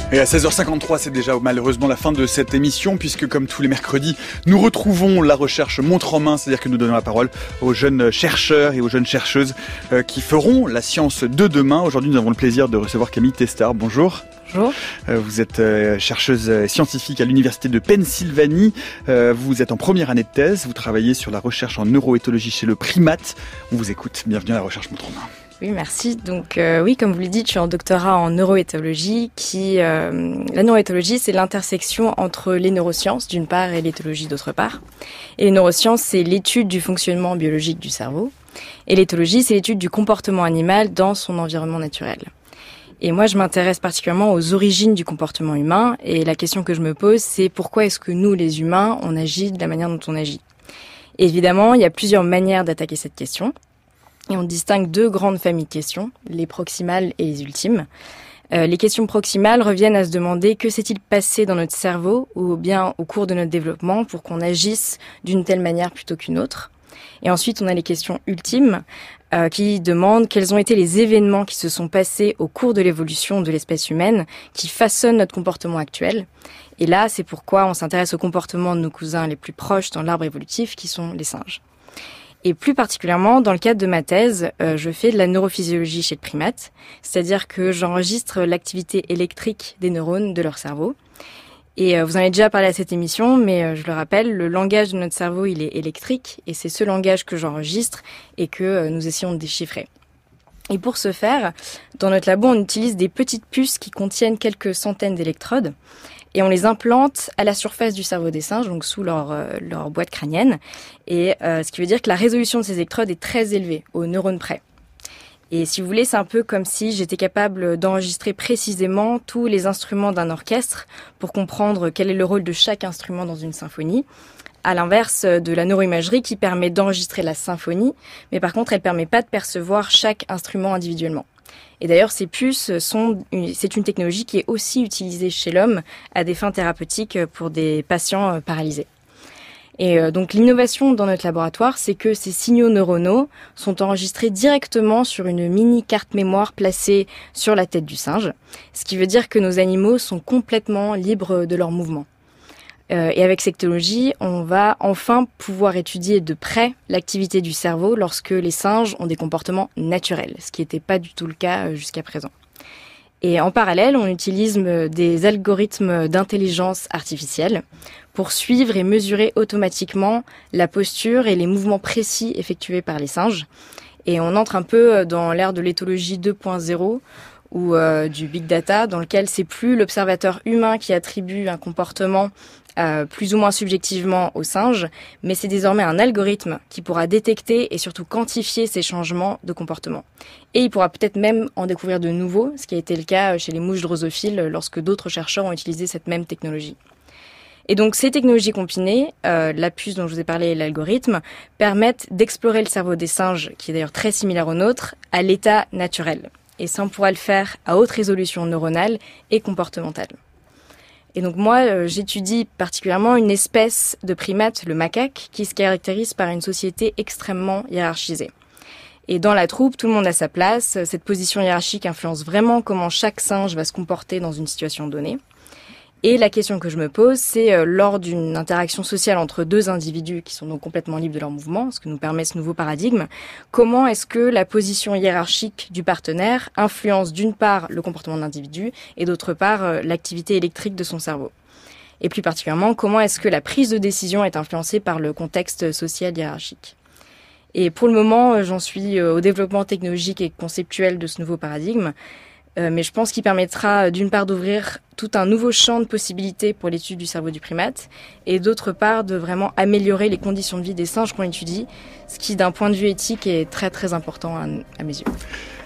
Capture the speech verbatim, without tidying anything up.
Et à seize heures cinquante-trois, c'est déjà malheureusement la fin de cette émission, puisque comme tous les mercredis, nous retrouvons la recherche montre en main, c'est-à-dire que nous donnons la parole aux jeunes chercheurs et aux jeunes chercheuses euh, qui feront la science de demain. Aujourd'hui, nous avons le plaisir de recevoir Camille Testard. Bonjour. Bonjour. Euh, vous êtes euh, chercheuse scientifique à l'université de Pennsylvanie. Euh, vous êtes en première année de thèse. Vous travaillez sur la recherche en neuroéthologie chez le primate. On vous écoute. Bienvenue à la recherche montre en main. Oui, merci. Donc euh, oui, comme vous le dites, je suis en doctorat en neuroéthologie. Qui, euh, la neuroéthologie, c'est l'intersection entre les neurosciences d'une part et l'éthologie d'autre part. Et les neurosciences, c'est l'étude du fonctionnement biologique du cerveau. Et l'éthologie, c'est l'étude du comportement animal dans son environnement naturel. Et moi, je m'intéresse particulièrement aux origines du comportement humain. Et la question que je me pose, c'est pourquoi est-ce que nous, les humains, on agit de la manière dont on agit ? Et évidemment, il y a plusieurs manières d'attaquer cette question. Et on distingue deux grandes familles de questions, les proximales et les ultimes. Euh, les questions proximales reviennent à se demander que s'est-il passé dans notre cerveau ou bien au cours de notre développement pour qu'on agisse d'une telle manière plutôt qu'une autre. Et ensuite, on a les questions ultimes euh, qui demandent quels ont été les événements qui se sont passés au cours de l'évolution de l'espèce humaine qui façonnent notre comportement actuel. Et là, c'est pourquoi on s'intéresse au comportement de nos cousins les plus proches dans l'arbre évolutif, qui sont les singes. Et plus particulièrement, dans le cadre de ma thèse, euh, je fais de la neurophysiologie chez le primate, c'est-à-dire que j'enregistre l'activité électrique des neurones de leur cerveau. Et euh, vous en avez déjà parlé à cette émission, mais euh, je le rappelle, le langage de notre cerveau, il est électrique, et c'est ce langage que j'enregistre et que euh, nous essayons de déchiffrer. Et pour ce faire, dans notre labo, on utilise des petites puces qui contiennent quelques centaines d'électrodes, et on les implante à la surface du cerveau des singes, donc sous leur, euh, leur boîte crânienne. Et euh, ce qui veut dire que la résolution de ces électrodes est très élevée, aux neurones près. Et si vous voulez, c'est un peu comme si j'étais capable d'enregistrer précisément tous les instruments d'un orchestre pour comprendre quel est le rôle de chaque instrument dans une symphonie. À l'inverse de la neuroimagerie qui permet d'enregistrer la symphonie, mais par contre, elle ne permet pas de percevoir chaque instrument individuellement. Et d'ailleurs, ces puces sont, c'est une technologie qui est aussi utilisée chez l'homme à des fins thérapeutiques pour des patients paralysés. Et donc, l'innovation dans notre laboratoire, c'est que ces signaux neuronaux sont enregistrés directement sur une mini carte mémoire placée sur la tête du singe, ce qui veut dire que nos animaux sont complètement libres de leurs mouvements. Euh, et avec cette technologie, on va enfin pouvoir étudier de près l'activité du cerveau lorsque les singes ont des comportements naturels, ce qui n'était pas du tout le cas jusqu'à présent. Et en parallèle, on utilise des algorithmes d'intelligence artificielle pour suivre et mesurer automatiquement la posture et les mouvements précis effectués par les singes. Et on entre un peu dans l'ère de l'éthologie deux point zéro, ou euh, du big data, dans lequel c'est plus l'observateur humain qui attribue un comportement euh, plus ou moins subjectivement au singe, mais c'est désormais un algorithme qui pourra détecter et surtout quantifier ces changements de comportement. Et il pourra peut-être même en découvrir de nouveaux, ce qui a été le cas chez les mouches drosophiles lorsque d'autres chercheurs ont utilisé cette même technologie. Et donc ces technologies combinées, euh, la puce dont je vous ai parlé et l'algorithme, permettent d'explorer le cerveau des singes, qui est d'ailleurs très similaire au nôtre, à l'état naturel. Et ça, on pourra le faire à haute résolution neuronale et comportementale. Et donc moi, euh, j'étudie particulièrement une espèce de primate, le macaque, qui se caractérise par une société extrêmement hiérarchisée. Et dans la troupe, tout le monde a sa place. Cette position hiérarchique influence vraiment comment chaque singe va se comporter dans une situation donnée. Et la question que je me pose, c'est euh, lors d'une interaction sociale entre deux individus qui sont donc complètement libres de leur mouvement, ce que nous permet ce nouveau paradigme, comment est-ce que la position hiérarchique du partenaire influence d'une part le comportement de l'individu et d'autre part euh, l'activité électrique de son cerveau. Et plus particulièrement, comment est-ce que la prise de décision est influencée par le contexte social hiérarchique. Et pour le moment, euh, j'en suis euh, au développement technologique et conceptuel de ce nouveau paradigme. Euh, mais je pense qu'il permettra d'une part d'ouvrir tout un nouveau champ de possibilités pour l'étude du cerveau du primate et d'autre part de vraiment améliorer les conditions de vie des singes qu'on étudie, ce qui d'un point de vue éthique est très très important à, à mes yeux.